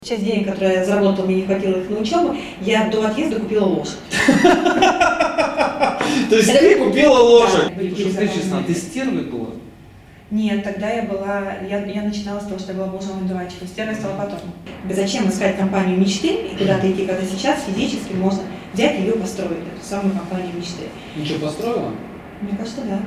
Часть денег, которые я заработала, мне не хватило их на учебу, я до отъезда купила лошадь. То есть ты купила лошадь? Скажи честно, ты стервой была? Нет, тогда я начинала с того, что я была божьим надувальщиком. Стервой стала потом. Зачем искать компанию мечты и куда-то идти, когда сейчас физически можно взять ее и построить, эту самую компанию мечты. Ну что, построила? Мне кажется, да.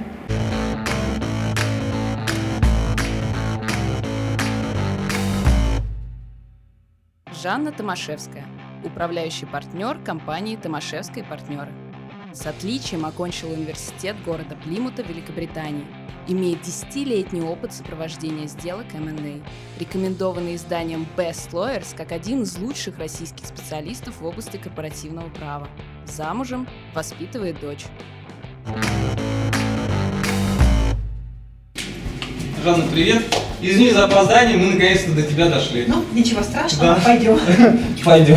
Жанна Томашевская, управляющий партнер компании «Томашевская и партнеры». С отличием окончила университет города Плимута, Великобритании. Имеет 10-летний опыт сопровождения сделок M&A, рекомендованный изданием Best Lawyers как один из лучших российских специалистов в области корпоративного права. Замужем, воспитывает дочь. Жанна, привет. Извини за опоздание, мы наконец-то до тебя дошли. Ну, ничего страшного, Да. пойдем. Пойдем.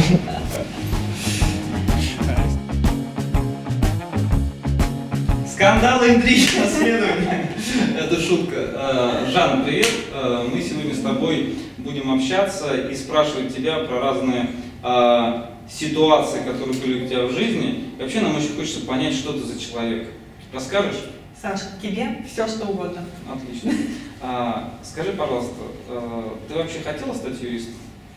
Скандалы, интриги, расследования. Это шутка. Жанна, привет. Мы сегодня с тобой будем общаться и спрашивать тебя про разные ситуации, которые были у тебя в жизни. И вообще нам очень хочется понять, что ты за человек. Расскажешь? Саша, тебе все что угодно. Отлично. Скажи, пожалуйста, ты вообще хотела стать юристом?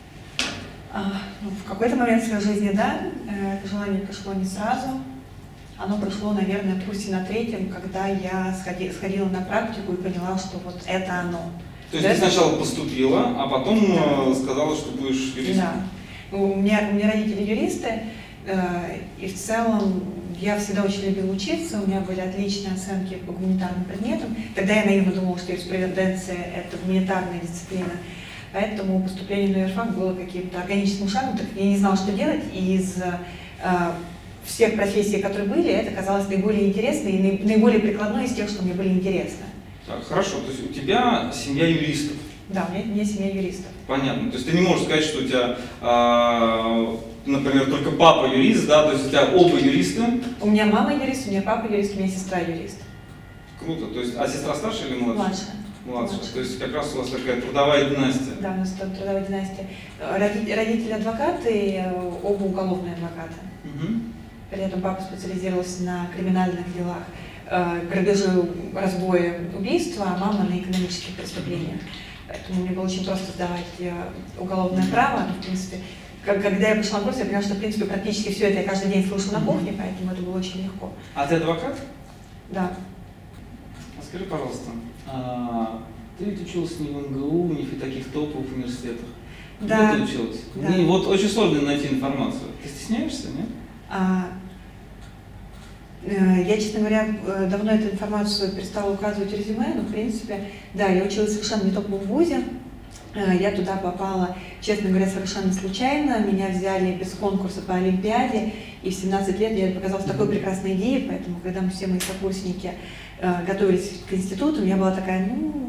В какой-то момент в своей жизни, да, это желание пришло не сразу. Оно пришло, наверное, в курсе на третьем, когда я сходила на практику и поняла, что вот это оно. То есть ты сначала поступила, а потом сказала, что будешь юристом? Да. У меня родители юристы, и в целом я всегда очень любила учиться, у меня были отличные оценки по гуманитарным предметам. Тогда я наивно думала, что юриспруденция – это гуманитарная дисциплина. Поэтому поступление на юрфак было каким-то органическим шагом, так как я не знала, что делать, и из всех профессий, которые были, это казалось наиболее интересной и наиболее прикладной из тех, что мне были интересны. Так, хорошо, то есть у тебя семья юристов? Да, у меня семья юристов. Понятно, то есть ты не можешь сказать, что у тебя, например, только папа юрист, да, то есть у тебя оба юристы? У меня мама юрист, у меня папа юрист, у меня сестра юрист. Круто, то есть, а сестра старшая или младшая? Младшая. Младшая, то есть как раз у вас такая трудовая династия. Да, у нас трудовая династия. Родители адвокаты, оба уголовные адвокаты. Угу. При этом папа специализировался на криминальных делах, грабежи, разбои, убийства, а мама на экономических преступлениях. Поэтому мне было очень просто сдавать уголовное право. В принципе, когда я пришла на курс, я поняла, что в принципе практически все это я каждый день слышу на кухне, поэтому это было очень легко. А ты адвокат? Да. А скажи, пожалуйста, ты ведь училась не в МГУ, не в таких топовых университетах. Да. Где ты училась? Да. И вот очень сложно найти информацию. Ты стесняешься, нет? Я, честно говоря, давно эту информацию перестала указывать в резюме, но, в принципе, да, я училась совершенно не топовом вузе. Я туда попала, честно говоря, совершенно случайно. Меня взяли без конкурса по Олимпиаде, и в 17 лет я показалась такой прекрасной идеей, поэтому, когда все мои сокурсники готовились к институту, я была такая,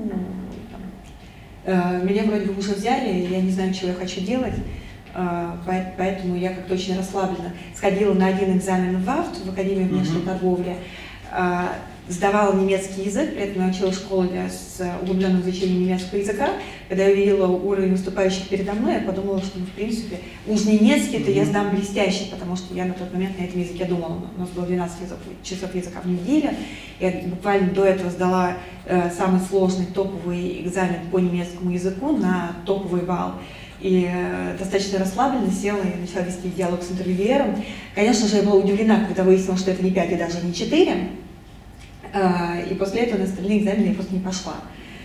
меня вроде бы уже взяли, я не знаю, чего я хочу делать. Поэтому я как-то очень расслабленно сходила на один экзамен в ВАФТ, в Академии внешней торговли, сдавала немецкий язык, при этом я учила в школе с углубленным изучением немецкого языка. Когда я увидела уровень выступающих передо мной, я подумала, что, в принципе, уж немецкий-то я сдам блестяще, потому что я на тот момент на этом языке думала. У нас было 12 часов языка в неделю. Я буквально до этого сдала самый сложный топовый экзамен по немецкому языку на топовый балл. И достаточно расслабленно села и начала вести диалог с интервьюером. Конечно же, я была удивлена, когда выяснила, что это не 5 и даже не 4. И после этого на остальные экзамены я просто не пошла.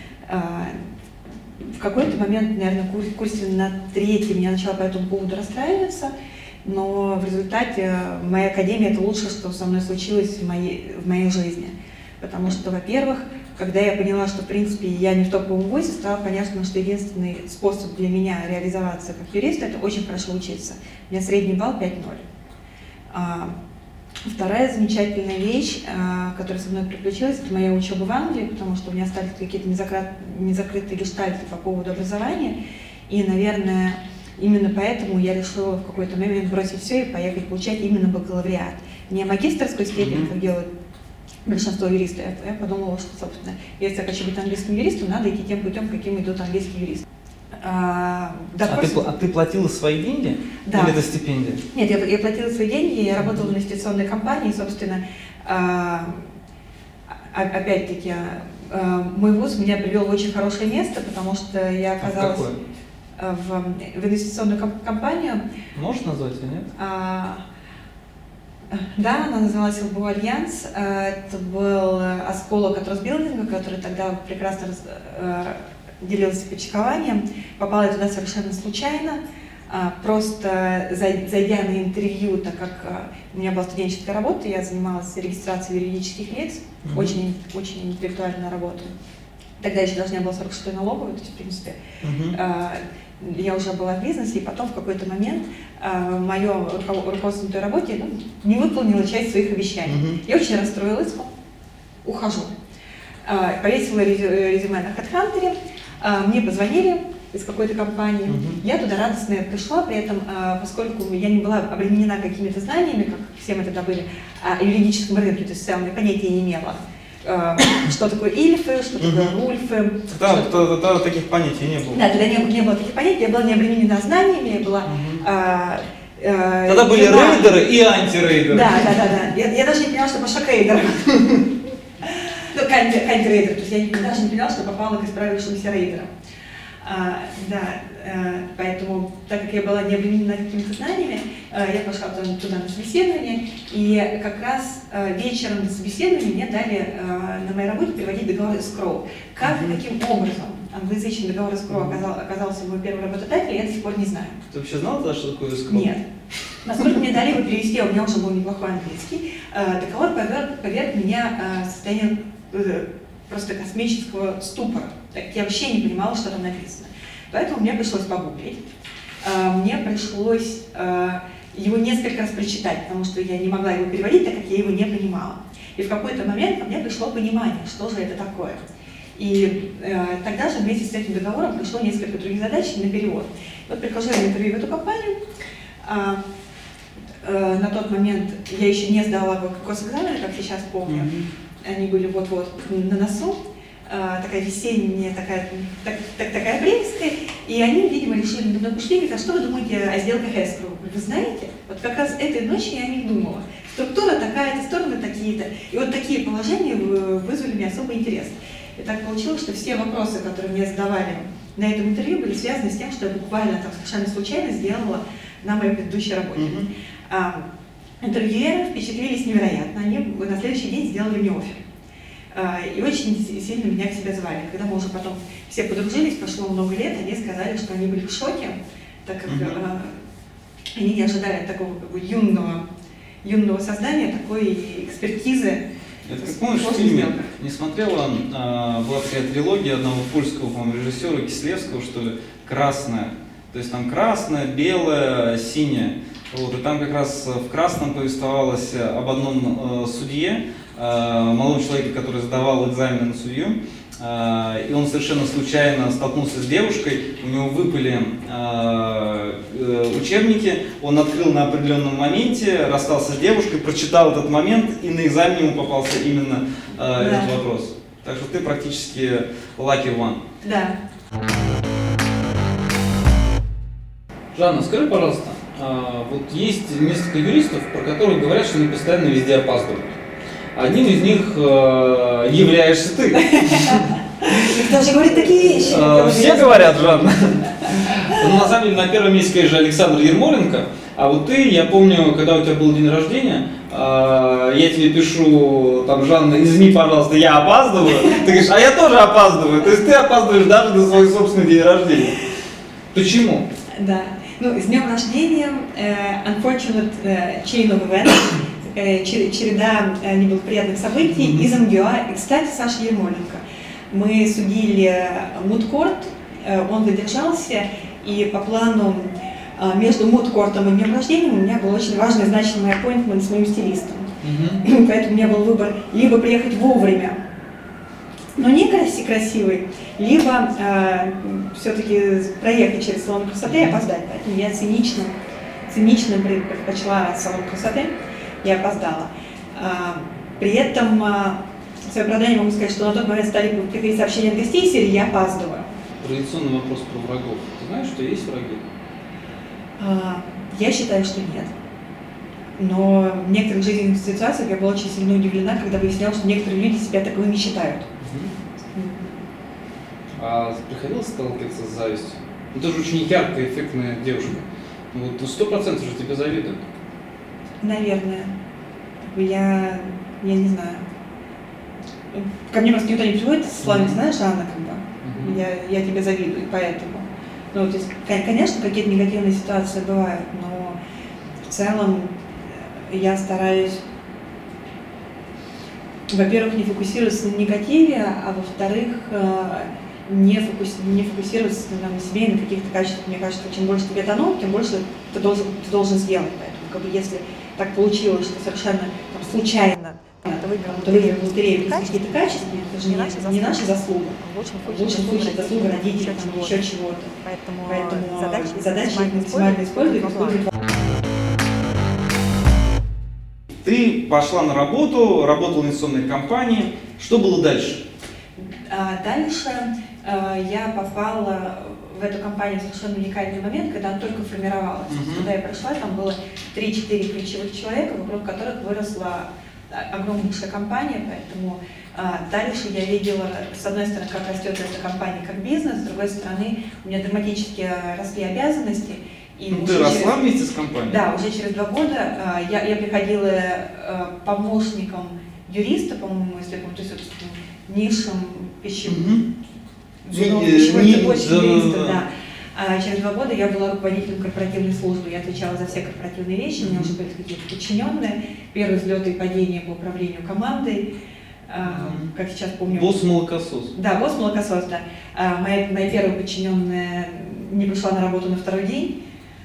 В какой-то момент, наверное, в курсе на 3-м я начала по этому поводу расстраиваться, но в результате моя академия – это лучшее, что со мной случилось в моей жизни. Потому что, во-первых, когда я поняла, что, в принципе, я не в топовом вузе, стало понятно, что единственный способ для меня реализоваться как юриста – это очень хорошо учиться. У меня средний балл 5,0. Вторая замечательная вещь, которая со мной приключилась, это моя учеба в Англии, потому что у меня остались какие-то незакрытые гештальты по поводу образования. И, наверное, именно поэтому я решила в какой-то момент бросить все и поехать получать именно бакалавриат. Не магистерскую степень, как делают большинство юристов. Я подумала, что, собственно, если я хочу быть английским юристом, надо идти тем путем, каким идут английские юристы. ты платила свои деньги? Да. Или это стипендия? Нет, я платила свои деньги, я работала в инвестиционной компании, собственно, опять-таки, мой вуз меня привел в очень хорошее место, потому что я оказалась в инвестиционную компанию. Можешь назвать или нет? Да, она называлась ЛБУ Альянс. Это был осколок от Росбилдинга, который тогда прекрасно делился почкованием. Попала я туда совершенно случайно. Просто зайдя на интервью, так как у меня была студенческая работа, я занималась регистрацией юридических лиц, очень интеллектуальная работа. Тогда еще даже не было 46-й налоговой, то есть, в принципе, я уже была в бизнесе, и потом в какой-то момент мое руководство на той работе не выполнило часть своих обещаний. Я очень расстроилась, ухожу. Повесила резюме на HeadHunter, мне позвонили из какой-то компании. Я туда радостная пришла, при этом, поскольку я не была обременена какими-то знаниями, как все мы тогда были, о юридическом рынке, то есть я понятия не имела, что такое ильфы, что такое рульфы. Тогда таких понятий не было. Да, тогда не было таких понятий, я была не обременена знаниями, я была... Тогда были рейдеры и антирейдеры. Да. Я даже не поняла, что пошла к рейдерам. Ну, к антирейдерам, то есть я даже не поняла, что попала к исправившимся рейдерам. Поэтому, так как я была не обременена какими-то знаниями, я пошла туда на собеседование, и как раз вечером на собеседовании мне дали на моей работе переводить договор escrow. Как и каким образом англоязычный договор escrow оказался мой первый работодатель, я до сих пор не знаю. Ты вообще знала, да, что такое escrow? Нет. Насколько мне дали его перевести, у меня уже был неплохой английский, договор поверг меня в состояние просто космического ступора. Я вообще не понимала, что там написано. Поэтому мне пришлось погуглить. Мне пришлось его несколько раз прочитать, потому что я не могла его переводить, так как я его не понимала. И в какой-то момент ко мне пришло понимание, что же это такое. И тогда же вместе с этим договором пришло несколько других задач на перевод. Вот прихожу я на интервью в эту компанию. На тот момент я еще не сдала госэкзамены, как сейчас помню. Они были вот-вот на носу. Такая весенняя, такая апрельская, и они, видимо, решили надо мной пошли, говорят, а что вы думаете о сделках escrow? Вы знаете, вот как раз этой ночью я о них думала. Структура такая-то, стороны такие-то, и вот такие положения вызвали мне особый интерес. И так получилось, что все вопросы, которые мне задавали на этом интервью, были связаны с тем, что я буквально там совершенно случайно сделала на моей предыдущей работе. Интервьюеры впечатлились невероятно, они на следующий день сделали мне оффер. И очень сильно меня к себе звали. Когда мы уже потом все подружились, прошло много лет, они сказали, что они были в шоке, так как они не ожидали такого как бы юного создания, такой экспертизы. Это как помнишь в фильме, не смотрела, была такая трилогия одного польского, по-моему, режиссера Кислевского, что ли, «Красная». То есть там красное, белое, синее. Вот, и там как раз в красном повествовалось об одном судье, молодом человеке, который сдавал экзамены на судью, и он совершенно случайно столкнулся с девушкой, у него выпали учебники, он открыл на определенном моменте, расстался с девушкой, прочитал этот момент, и на экзамене ему попался именно этот вопрос. Так что ты практически lucky one. Да. Жанна, скажи, пожалуйста, вот есть несколько юристов, про которых говорят, что они постоянно везде опаздывают. Одним из них являешься ты. Кто же говорит такие вещи? Все говорят, Жанна. Ну, на самом деле, на первом месте, конечно, Александр Ермоленко. А вот ты, я помню, когда у тебя был день рождения, я тебе пишу, там, Жанна, извини, пожалуйста, я опаздываю. Ты говоришь, а я тоже опаздываю. То есть ты опаздываешь даже на свой собственный день рождения. Почему? Да. Ну, с днем рождения, unfortunate chain of events, такая череда неблагоприятных событий из МГУА. И, кстати, Саша Ермоленко. Мы судили мудкорт, он задержался, и по плану между мудкортом и днем рождения у меня был очень важный, значимый аппоинтмент с моим стилистом. Поэтому у меня был выбор либо приехать вовремя, но не красивый, либо все-таки проехать через салон красоты и опоздать. Поэтому я цинично предпочла салон красоты и опоздала. При этом в свое оправдание могу сказать, что на тот момент стали приходить сообщения от гостей серии «Я опаздываю». традиционный вопрос про врагов. Ты знаешь, что есть враги? Я считаю, что нет. Но в некоторых жизненных ситуациях я была очень сильно удивлена, когда выясняла, что некоторые люди себя таковыми считают. А приходилось сталкиваться с завистью? Ну, ты же очень яркая, эффектная девушка. Вот 100% же тебе завидуют. Наверное. Я не знаю. Ко мне просто никто не приходит с словами, знаешь, Анна, как бы, я тебе завидую, поэтому. Ну, то есть, конечно, какие-то негативные ситуации бывают, но в целом я стараюсь, во-первых, не фокусироваться на негативе, а во-вторых, не фокусироваться на себе и на каких-то качествах. Мне кажется, чем больше тебе дано, тем больше ты должен сделать. Поэтому, как бы, если так получилось, что совершенно там, случайно ты выиграл в лотерею какие-то качества, это же не наша заслуга. В лучшем случае заслуга родителей, еще чего-то. Поэтому задача максимально использовать. Ты пошла на работу, работала в инвестиционной компании. Что было дальше? Дальше я попала в эту компанию в совершенно уникальный момент, когда она только формировалась. Когда я пришла, там было 3-4 ключевых человека, вокруг которых выросла огромнейшая компания, поэтому дальше я видела, с одной стороны, как растет эта компания как бизнес, с другой стороны, у меня драматически росли обязанности. И ты росла вместе с компанией? Да, уже через 2 года я приходила помощником юриста, по-моему, если я помню, то есть вот, низшим пищевой цепочки юриста, да. А через 2 года я была руководителем корпоративной службы, я отвечала за все корпоративные вещи, у меня уже были какие-то подчиненные, первые взлеты и падения по управлению командой, как сейчас помню. Босс-молокосос. Да, босс-молокосос, да. Моя первая подчиненная не пришла на работу на 2-й день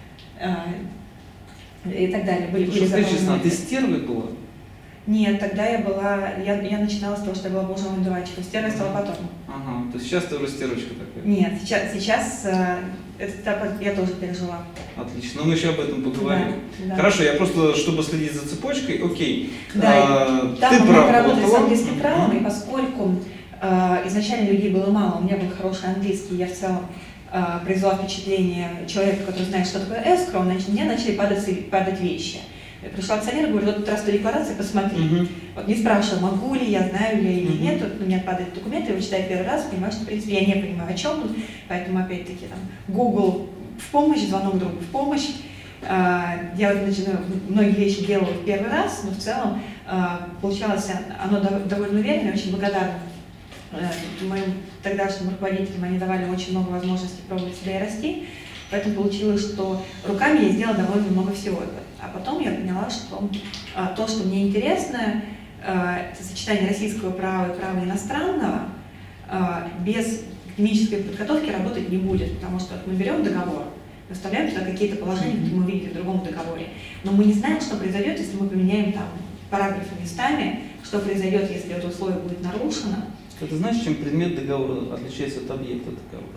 и так далее. Скажи честно, ты стервой была? Нет, тогда я начинала с того, что я была божьим дурачком. Стервой стала потом. Ага, то есть сейчас ты уже стервочка такая? Нет, сейчас этот этап я тоже пережила. Отлично, но мы еще об этом поговорим. Да. Хорошо, я просто, чтобы следить за цепочкой, окей. Да, ты мы работали с английским Мгм. правом, и поскольку изначально людей было мало, у меня был хороший английский, я в целом произвела впечатление человека, который знает, что такое escrow, значит, мне начали падать вещи. Я пришла к акционеру, говорю, вот трастовая декларация, посмотри. Вот не спрашивала, могу ли я, знаю ли я или нет, вот у меня падают документы, я его читаю первый раз, понимаю, что, в принципе, я не понимаю, о чем тут, поэтому, опять-таки, там, Google в помощь, звонок другу в помощь. Я вот начинаю, многие вещи делала в первый раз, но в целом получалось оно довольно уверенно, я очень благодарна моим тогдашним руководителям, они давали очень много возможностей пробовать себя и расти. Поэтому получилось, что руками я сделала довольно много всего. А потом я поняла, что то, что мне интересно, это сочетание российского права и права иностранного, без академической подготовки работать не будет, потому что мы берем договор, мы вставляем туда какие-то положения, которые мы видели в другом договоре, но мы не знаем, что произойдет, если мы поменяем там параграфы местами, что произойдет, если это условие будет нарушено. Ты знаешь, чем предмет договора отличается от объекта договора?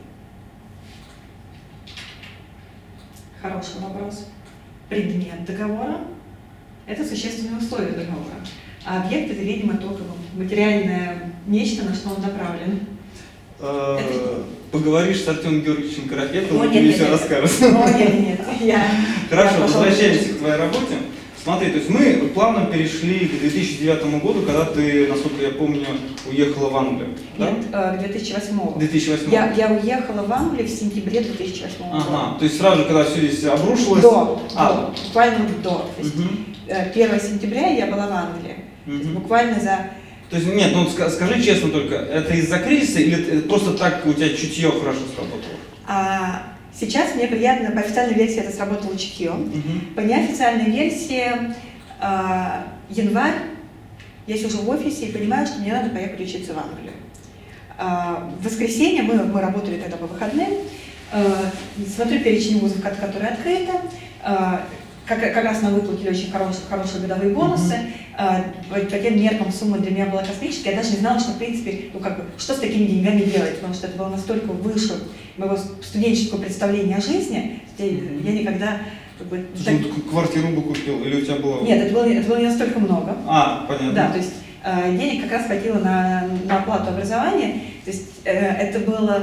Хороший вопрос. Предмет договора – это существенные условия договора, а объект – это, видимо, только материальное нечто, на что он направлен. Поговоришь с Артемом Георгиевичем Карапетовым, О, он тебе все расскажет. Нет, Хорошо, возвращаемся к твоей работе. Смотри, то есть мы плавно перешли к 2009 году, когда ты, насколько я помню, уехала в Англию. Нет, к 2008. 2008. Я уехала в Англию в сентябре 2008 года. Ага, то есть сразу, когда все здесь обрушилось? Буквально до. То есть 1 сентября я была в Англии. То есть буквально за... То есть, нет, ну скажи честно только, это из-за кризиса или просто так у тебя чутье хорошо сработало? Сейчас мне приятно, по официальной версии это сработало чутье. По неофициальной версии январь, я сижу в офисе и понимаю, что мне надо поехать учиться в Англию. В воскресенье мы работали тогда по выходным, смотрю перечень вузов, которые открыты, как раз нам выплатили очень хорошие годовые бонусы. По тем меркам сумма для меня была космическая. Я даже не знала, что, в принципе, что с такими деньгами делать, потому что это было настолько выше моего студенческого представления о жизни, я никогда... Ты квартиру бы купил или у тебя было... Нет, это было не настолько много. Понятно. Да, то есть денег как раз хватило на оплату образования. То есть это было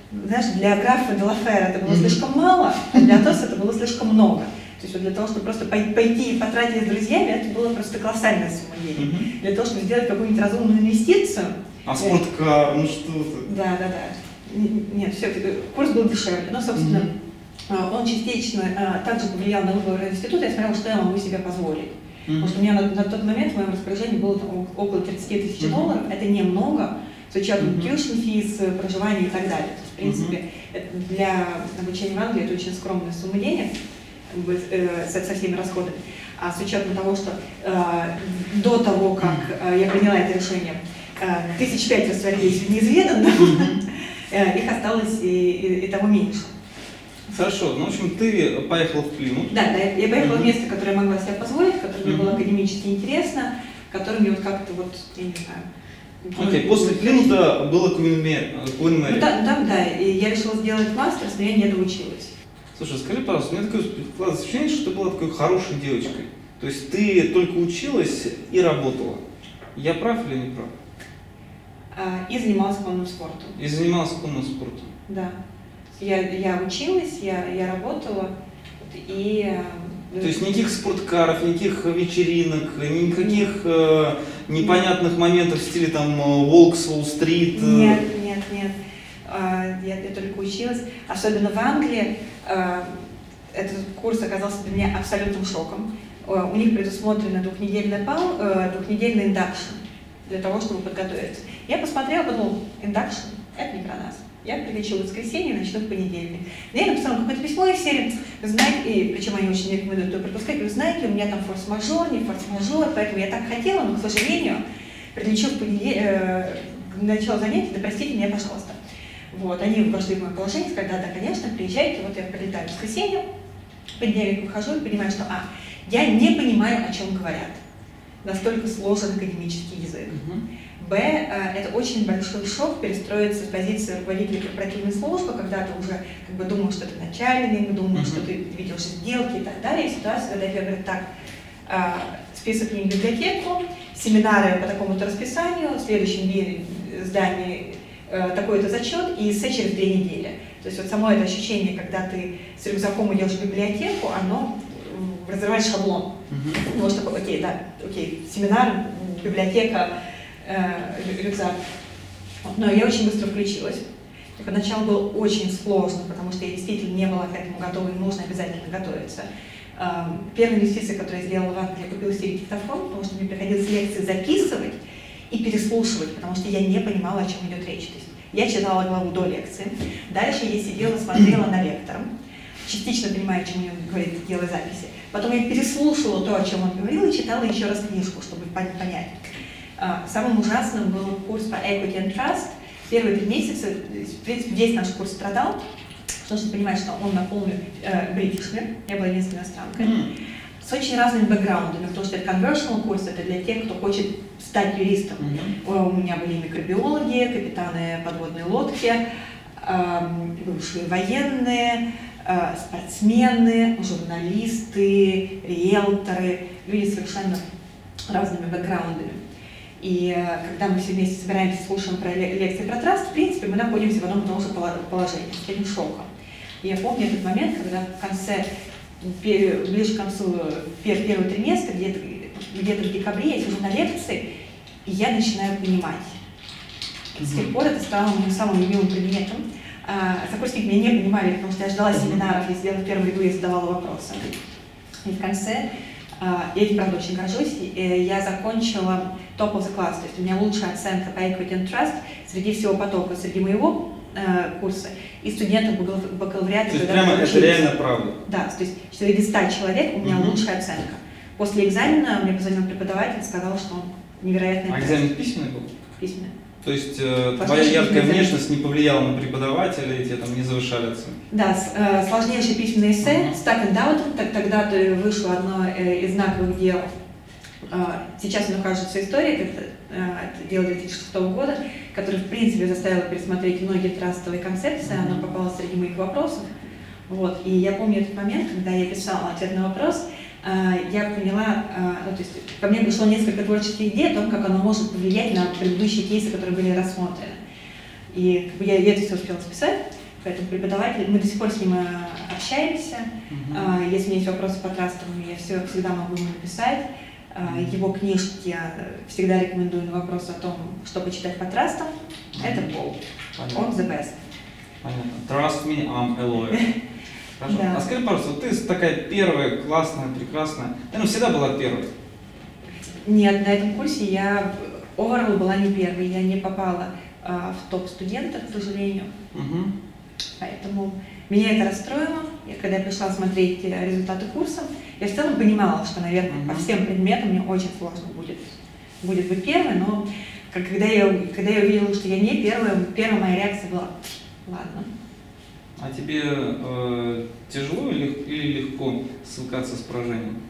знаешь, для графа де ла Фера это было слишком мало, а для Атоса это было слишком много. То есть вот для того, чтобы просто пойти и потратить с друзьями, это было просто колоссальная сумма денег. Для того, чтобы сделать какую-нибудь разумную инвестицию. А спорткар, ну что ты? Да. Нет, все, курс был дешевле. Но, собственно, он частично также повлиял на выбор института. Я смотрела, что я могу себе позволить. Потому что у меня на тот момент в моем распоряжении было около 30 тысяч долларов. Это немного, с учетом tuition fees, проживания и так далее. То есть, в принципе, для обучения в Англии это очень скромная сумма денег со всеми расходами. А с учетом того, что до того, как я приняла это решение, 5,000 растворились в неизведанном, их осталось и того меньше. Хорошо, ну в общем, ты поехала в Плимут. Да, я поехала в место, которое я могла себе позволить, которое мне было академически интересно, которое мне вот как-то вот, я не знаю. Окей, после Плимута было Queen Mary. Ну там, да, и я решила сделать мастерс, но я не доучилась. Слушай, скажи, пожалуйста, у меня такое складывается ощущение, что ты была такой хорошей девочкой. То есть ты только училась и работала. Я прав или не прав? И занималась конным спортом. И занималась конным спортом. Да. Я училась, я работала, и... То есть никаких спорткаров, никаких вечеринок, никаких непонятных моментов в стиле там Волк с Уолл-стрит? Нет. Я только училась. Особенно в Англии этот курс оказался для меня абсолютным шоком. У них предусмотрено двухнедельный индакшн для того, чтобы подготовиться. Я посмотрела, подумала, индакшн – это не про нас. Я прилечу в воскресенье, начну в понедельник. Но я написала какое-то письмо из серии, знаете, и причем они очень не рекомендуют это пропускать, вы знаете, у меня там форс-мажор, не форс-мажор, поэтому я так хотела, но, к сожалению, прилечу в понедельник, начало занятий, да простите меня, пожалуйста. Вот, они вошли в мое положение, сказали, да, конечно, приезжайте, вот я прилетаю в воскресенье, в понедельник выхожу и понимаю, что, я не понимаю, о чем говорят. Настолько сложен академический язык. Б, это очень большой шок перестроиться с позиции руководителя корпоративной службы, когда ты уже как бы думал, что ты начальник, думал, что ты ведешь сделки и так далее. И ситуация, когда тебе говорят, так, список книг в библиотеку, семинары по такому-то расписанию, в следующем здании такой-то зачет и эссе через 2 недели. То есть вот само это ощущение, когда ты с рюкзаком идешь в библиотеку, оно разрывает шаблон. Ну, что такое, окей, семинар, библиотека, рюкзак. Но я очень быстро включилась. И поначалу было очень сложно, потому что я действительно не была к этому готова, и нужно обязательно готовиться. Первая инвестиция, которую я сделала в Англии, я купила себе диктофон, потому что мне приходилось лекции записывать и переслушивать, потому что я не понимала, о чем идет речь. То есть я читала главу до лекции, дальше я сидела, смотрела на лектора, частично понимая, о чем он говорит, делая записи. Потом я переслушивала то, о чем он говорил, и читала еще раз книжку, чтобы понять. Самым ужасным был курс по Equity and Trust. Первые 3 месяца, в принципе, весь наш курс страдал, потому что понимать, что он наполнен бритишами, я была единственной иностранкой, с очень разными бэкграундами, потому что это conversational курс, это для тех, кто хочет стать юристом. У меня были микробиологи, капитаны подводной лодки, бывшие военные, спортсмены, журналисты, риэлторы, люди с совершенно разными бэкграундами. И когда мы все вместе собираемся, слушаем про лекции про траст, в принципе, мы находимся в одном и том же положении, с таким шоком. И я помню этот момент, когда в конце, ближе к концу первого триместра, где-то в декабре, я сижу на лекции, и я начинаю понимать. С тех пор это стало моим самым любимым предметом. Сокурсники меня не понимали, потому что я ждала семинаров, я сидела в первом ряду и задавала вопросы. И в конце, я этим, правда, очень горжусь, я закончила top of the class, то есть у меня лучшая оценка по Equity and Trust среди всего потока, среди моего курса и студентов бакалавриата. То есть прямо это реально правда? Да, то есть среди 100 человек у меня лучшая оценка. После экзамена мне позвонил преподаватель и сказал, что он невероятный. А экзамен письменный был? Письменный. То есть твоя яркая внешность не повлияла на преподавателя, и тебе там не завышали оценки? Да, сложнейшее письменное эссе, Stuck and Doubted, тогда вышло одно из знаковых дел. Сейчас оно кажется историей, это дело 2006 года, которое, в принципе, заставило пересмотреть многие трастовые концепции, оно попало среди моих вопросов. Вот. И я помню этот момент, когда я писала ответ на вопрос, я поняла, то есть ко мне пришло несколько творческих идей о том, как оно может повлиять на предыдущие кейсы, которые были рассмотрены. И я это все успела списать. Поэтому преподаватель, мы до сих пор с ним общаемся. Если у меня есть вопросы по трастам, я всегда могу ему написать. Его книжки всегда рекомендую на вопрос о том, что почитать по трастам. Это Пол. Он the best. Понятно. Trust me, I'm a lawyer. Хорошо. Да. А скажи, пожалуйста, вот ты такая первая, классная, прекрасная. Ты всегда была первой. Нет, на этом курсе я overall была не первой. Я не попала в топ студентов, к сожалению. Поэтому меня это расстроило. Когда я пришла смотреть результаты курса, я в целом понимала, что, наверное, по всем предметам мне очень сложно будет быть первой, но когда я увидела, что я не первая моя реакция была: ладно. А тебе тяжело или легко свыкаться с поражением?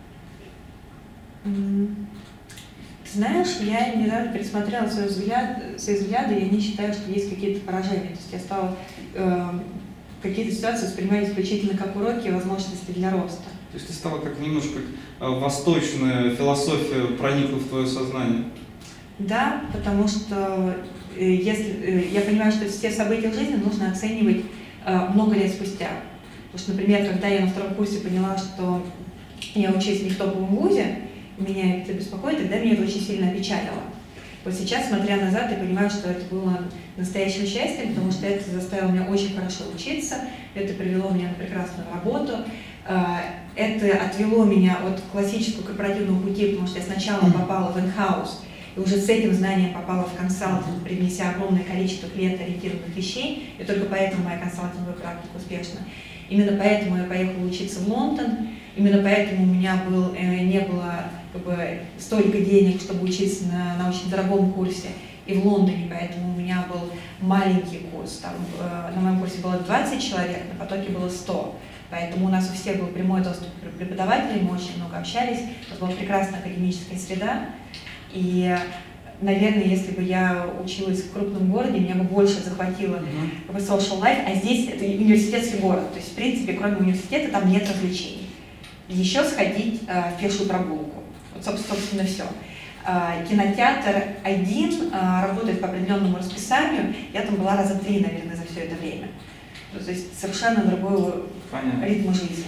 Ты знаешь, я недавно пересмотрела свои взгляды, и я не считаю, что есть какие-то поражения. То есть я стала какие-то ситуации воспринимать исключительно как уроки и возможности для роста. То есть ты стала как немножко восточная философия проникла в твое сознание? Да, потому что если я понимаю, что все события в жизни нужно оценивать много лет спустя. Потому что, например, когда я на втором курсе поняла, что я учусь не в топовом вузе, меня это беспокоит, тогда меня это очень сильно опечалило. Вот сейчас, смотря назад, я понимаю, что это было настоящее счастье, потому что это заставило меня очень хорошо учиться, это привело меня на прекрасную работу, это отвело меня от классического корпоративного пути, потому что я сначала попала в in-house, и уже с этим знанием попала в консалтинг, привнеся огромное количество клиент-ориентированных вещей, и только поэтому моя консалтинговая практика успешна. Именно поэтому я поехала учиться в Лондон, именно поэтому у меня не было столько денег, чтобы учиться на очень дорогом курсе, и в Лондоне, поэтому у меня был маленький курс. Там, на моем курсе было 20 человек, на потоке было 100. Поэтому у нас у всех был прямой доступ к преподавателям, мы очень много общались, это была прекрасная академическая среда. И, наверное, если бы я училась в крупном городе, меня бы больше захватило social life, а здесь это университетский город. То есть, в принципе, кроме университета там нет развлечений. Еще сходить в пешую прогулку. Вот, собственно, все. Кинотеатр один работает по определенному расписанию. Я там была раза 3, наверное, за все это время. То есть совершенно другой ритм жизни.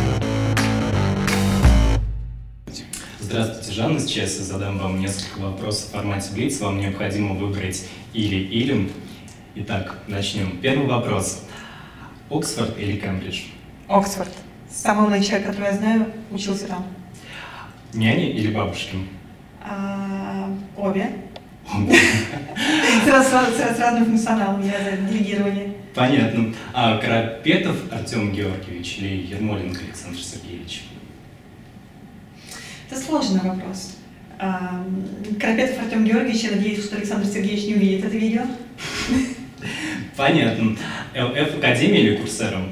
Здравствуйте, Жанна. Сейчас я задам вам несколько вопросов в формате Блиц. Вам необходимо выбрать или. Итак, начнем. Первый вопрос. Оксфорд или Кембридж? Оксфорд. Самый умный человек, который я знаю, учился там. Няни или бабушки? Обе. С разным функционалом я за делегирование. Понятно. А Карапетов Артем Георгиевич или Ермоленко Александр Сергеевич? Это сложный вопрос. Карапетов Артем Георгиевич, я надеюсь, что Александр Сергеевич не увидит это видео. Понятно. ЛФ Академия или Курсера?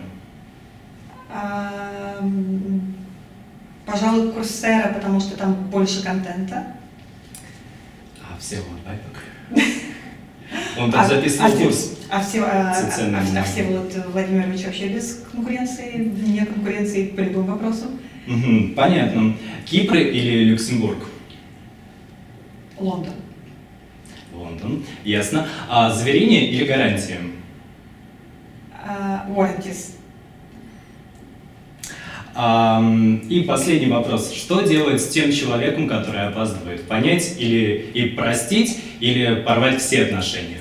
Пожалуй, Курсера, потому что там больше контента. А Всеволод Байбек? Он там записывал курс. Всеволод Владимирович вообще без конкуренции, вне конкуренции по любым вопросам. Понятно. Кипр или Люксембург? Лондон. Лондон, ясно. А заверение или гарантия? Warranties. И последний вопрос. Что делать с тем человеком, который опаздывает? Понять и простить, или порвать все отношения?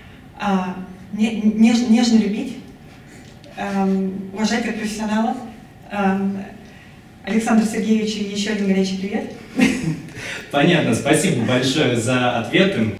Нежно любить, уважать как профессионала. Александру Сергеевичу еще один горячий привет. Понятно, спасибо большое за ответы.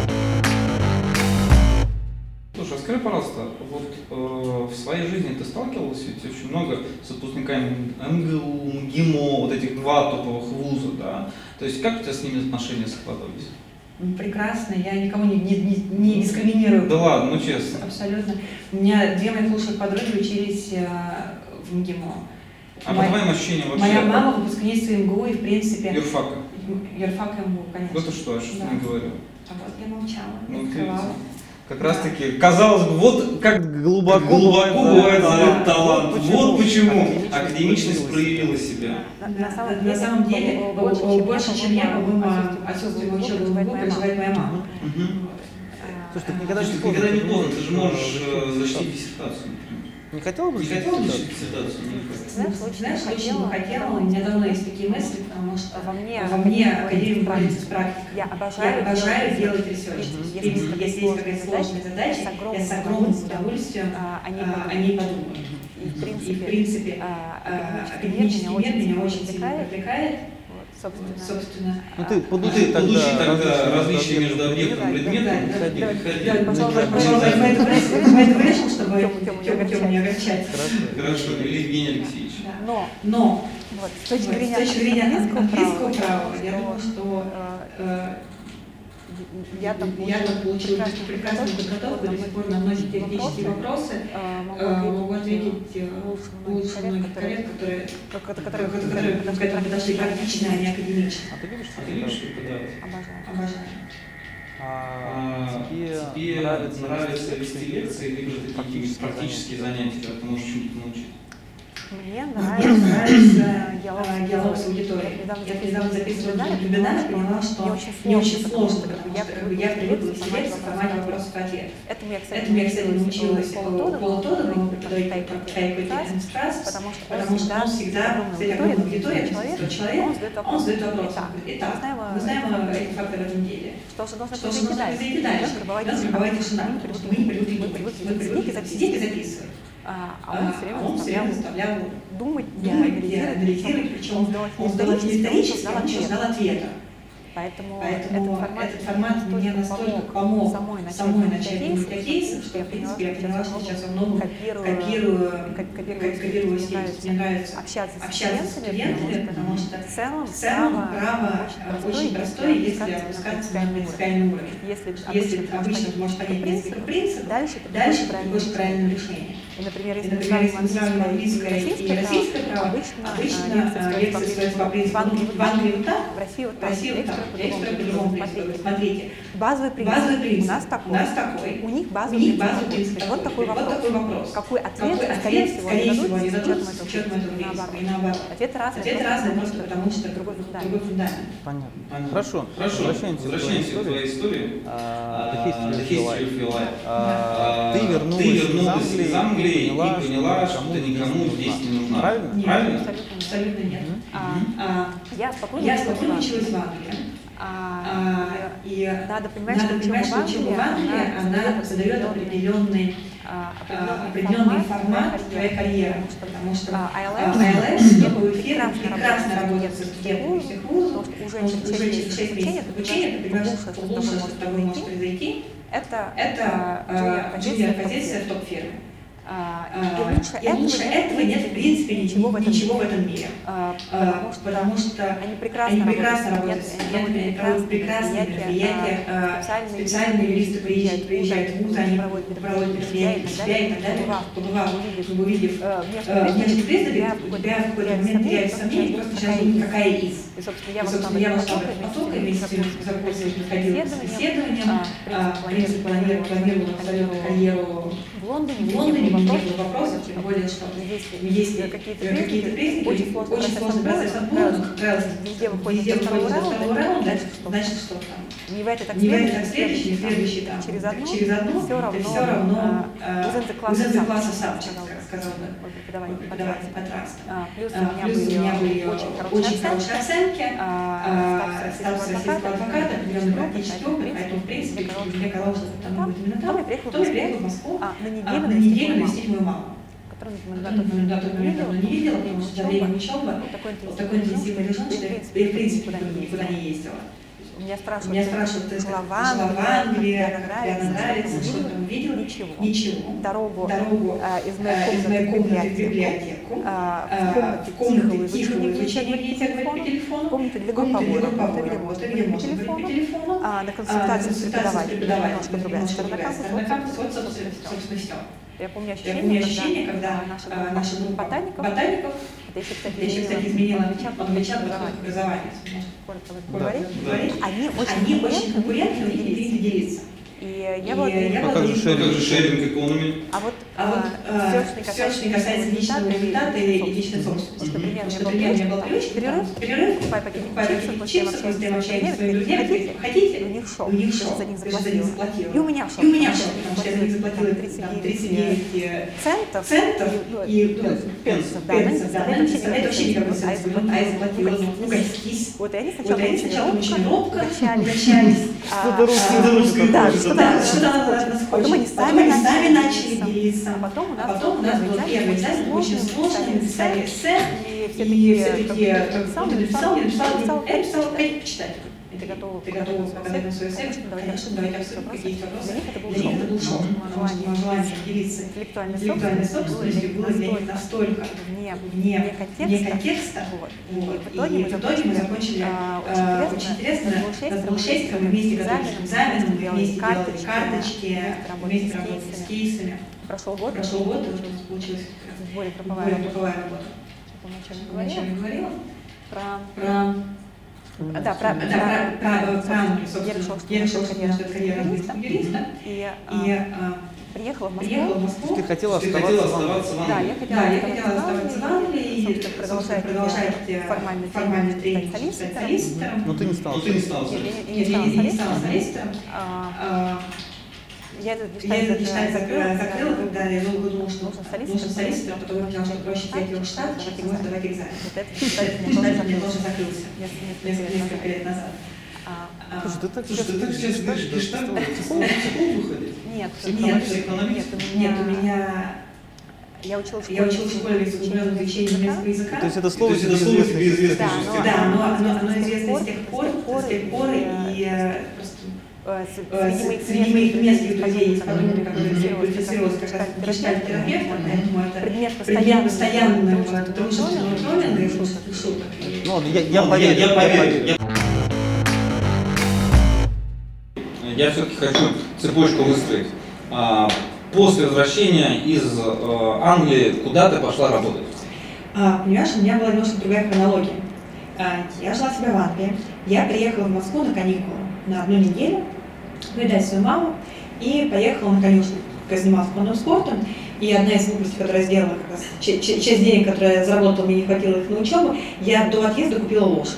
Слушай, а скажи, пожалуйста, вот в своей жизни ты сталкивалась ведь очень много с выпускниками МГУ, МГИМО, вот этих два топовых вуза, да? То есть как у тебя с ними отношения складывались? Прекрасно, я никого не дискриминирую. Да ладно, ну честно. Абсолютно. У меня 2 моих лучших подруги учились в МГИМО. А по твоим ощущениям вообще? Моя мама выпускница МГУ и, в принципе... Юрфака? Юрфак МГУ, конечно. Это что, я что-то не говорил. А вот я молчала, Ну, не скрывала. Как раз таки, казалось бы, вот как глубоко бывает талант. Вот почему академичность проявила себя. На самом деле, больше, чем я, по-моему, отсутствие учебы в МГУ переживает моя мама. Слушай, так никогда Слушай, не так никогда не поздно, поздно, ты же можешь защитить диссертацию, например. Не хотела бы Не защитить хотела бы диссертацию? защитить диссертацию? Знаешь, очень бы хотела, у меня давно есть такие мысли, потому что во мне академия борется с практикой. Я обожаю делать ресерч. Если Если есть какая-то сложная задача, я с огромным удовольствием о ней подумаю. И в принципе, академический мир меня очень сильно привлекает. Собственно, Ну ты подучи тогда различия между объектом и предметом. Пожалуйста, поэтому решил, чтобы Тему не огорчать. Хорошо, Евгений Алексеевич. Но вот, с точки зрения английского права, я думаю, что я там получила прекрасную подготовку, до сих пор на многие теоретические вопросы могу ответить лучше многих коллег, которые к этому подошли практично, а не академично. А ты любишь Ты любишь преподавать? Обожаю. Тебе нравится вести лекции, либо же такие практические занятия, когда ты можешь чему-то научить? Мне нравится диалог с аудиторией. Я недавно записывала вебинар и поняла, что мне очень сложно, потому что я привыкла вести лекции в формате вопросов и ответов. Этому я, кстати, научилась Полу Тодорову, преподавателю Traiquotic, потому что он всегда, кстати, огромная аудитория, человек, он задает вопрос. Итак, мы знаем эти факты в этом деле. Что же должно произойти дальше? Разбивать тишина, потому что мы не привыкли сидеть и записывать. Он все время заставлял думать, анализировать, причем он сделал не исторически, он еще ждал ответа. Поэтому этот формат мне настолько помог самой начать думать о кейсах, что, в принципе, я поняла, что сейчас во многом копирую стиль. Мне нравится общаться с студентами, потому что в целом право очень простое, если опускаться на принципиальный уровень. Если обычно ты можешь понять несколько принципов, дальше ты приходишь к правильному решению. И, например, если мы сравним английское и российское право, обычно лекции строятся по принципу в Англии вот так, в России вот так, экстра по-другому принципу. Смотрите, базовый принцип у нас такой, у них базовый принцип. Вот такой вопрос. Какой ответ, скорее всего, они дадут с учетом этого принципа. И наоборот. Ответы разные просто потому, что другой фундамент. Понятно. Хорошо. Возвращаемся к твоей истории. The history of your life. Ты вернулась из Англии и поняла, что ты никому здесь не нужна. Правильно? Абсолютно нет. Я спокойно училась в Англии. И надо понимать, что учеба в Англии, она задает определенный формат твоей карьеры, потому что ILS, такой эфир, прекрасно работает со студентами всех вузов, уже через 6 месяцев обучения ты понимаешь, что лучшее, что с тобой может произойти, это джуниор-позиция в топ-фирме. И лучше этого нет, в принципе, ничего в этом мире. Потому что они прекрасно работают с студентами, проводят прекрасные мероприятия, специальные юристы приезжают в вузы, они проводят мероприятия для себя и так далее. Побывав, увидев внешний признак, у тебя в какой-то момент теряются сомнения, просто сейчас думают, какая из. И, собственно, я вошла в этот поток, и вместе за курсом подходила с исследованием, в принципе, планировала абсолютно карьеру в Лондоне, не было вопросов, тем более, что есть какие-то признаки, очень сложно брать отбор, но, как правило, везде выходит до второго раунда, значит, что там. Не в этот, так следующий, там, через одну, все равно within the class of subjects, как сказал бы преподаватель Патраста. Плюс у меня были очень хорошие оценки, статус российского адвоката, определенный практический опыт, поэтому, в принципе, мне казалось, что там будет именно там. Потом я приехала в Москву на неделю навестить мою маму, которую на тот момент давно не видела, потому что давление учебы, такой интенсивный режим, что я, в принципе, никуда не ездила. Меня спрашивают, ты жила в Англии, она нравится, что там увидела? Ничего. Дорогу из моей комнаты в библиотеку, в комнате тихого изучения по телефону, комната для групповой работы, где можно говорить по телефону, на консультацию с преподавателем, немножко другая сторона кампуса, вот, собственно, все. Я помню ощущение, когда наша группа ботаников, это еще, кстати, изменила отвечать к образованию, они очень конкурентны и принято делиться. И я была... Как же шеринг экономи? А вот все, что не касается личного результата или личной собственности. Потому что, например, у меня была привычка, перерыв, покупай пакетик чипсов, после этого общаюсь с своими друзьями, хотите? У них шоу, ты же за них заплатила. И у меня шоу, потому что я за них заплатила 39 центов и пенсов, да, это вообще не как бы а я заплатила, угостись. Вот и они сначала очень робко угощались. Что-то надо нас Потом они сами начали делиться. А потом у у нас был первый экзамен, очень сложный, написали эссе, и все такие, я написала, читать. Ты готова показать на свой эссе? Конечно, давайте обсудим, какие есть вопросы. Для них это был шок. Желание делиться интеллектуальной собственностью было для них настолько вне контекста. И в итоге мы закончили очень интересно. Нас было 6, мы вместе готовились к экзаменам, мы вместе делали карточки, вместе работали с кейсами. Прошел год, и вот у нас получилась более групповая работа. Я вначале говорила про я решила, что это карьера юриста, и приехала в Москву. Ты хотела оставаться в Англии? Да, я хотела оставаться в Англии и продолжать формальный тренинг специалистом. Но ты не стала. Я не стала солистером. Я этот гештальт закрыла, когда я долго думала, что нужен солистер, а потом я поняла, что проще взять его в штат, чем сдавать экзамен. Этот гештальт мне тоже закрылся несколько лет назад. Слушай, ты так сейчас говоришь, гештальт, выходить? Нет, у меня... Я училась в школе с углубленным изучением немецкого языка. То есть это слово известно? Да, но оно известно с тех пор, и среди моих немецких друзей есть подруга, которая квалифицировалась как раз гештальт-терапевтом, поэтому это предмет постоянного дружественного троллинга и шуток. Ну, я поверю. Я все-таки хочу цепочку выстроить. После возвращения из Англии куда ты пошла работать? Понимаешь, у меня была немножко другая хронология. Я жила себя в Англии, я приехала в Москву на каникулы на 1 неделю, повидать свою маму, и поехала на конюшню, я занималась конным спортом, и одна из глупостей, которую я сделала, как раз часть денег, которые я заработала, мне не хватило их на учебу, я до отъезда купила лошадь.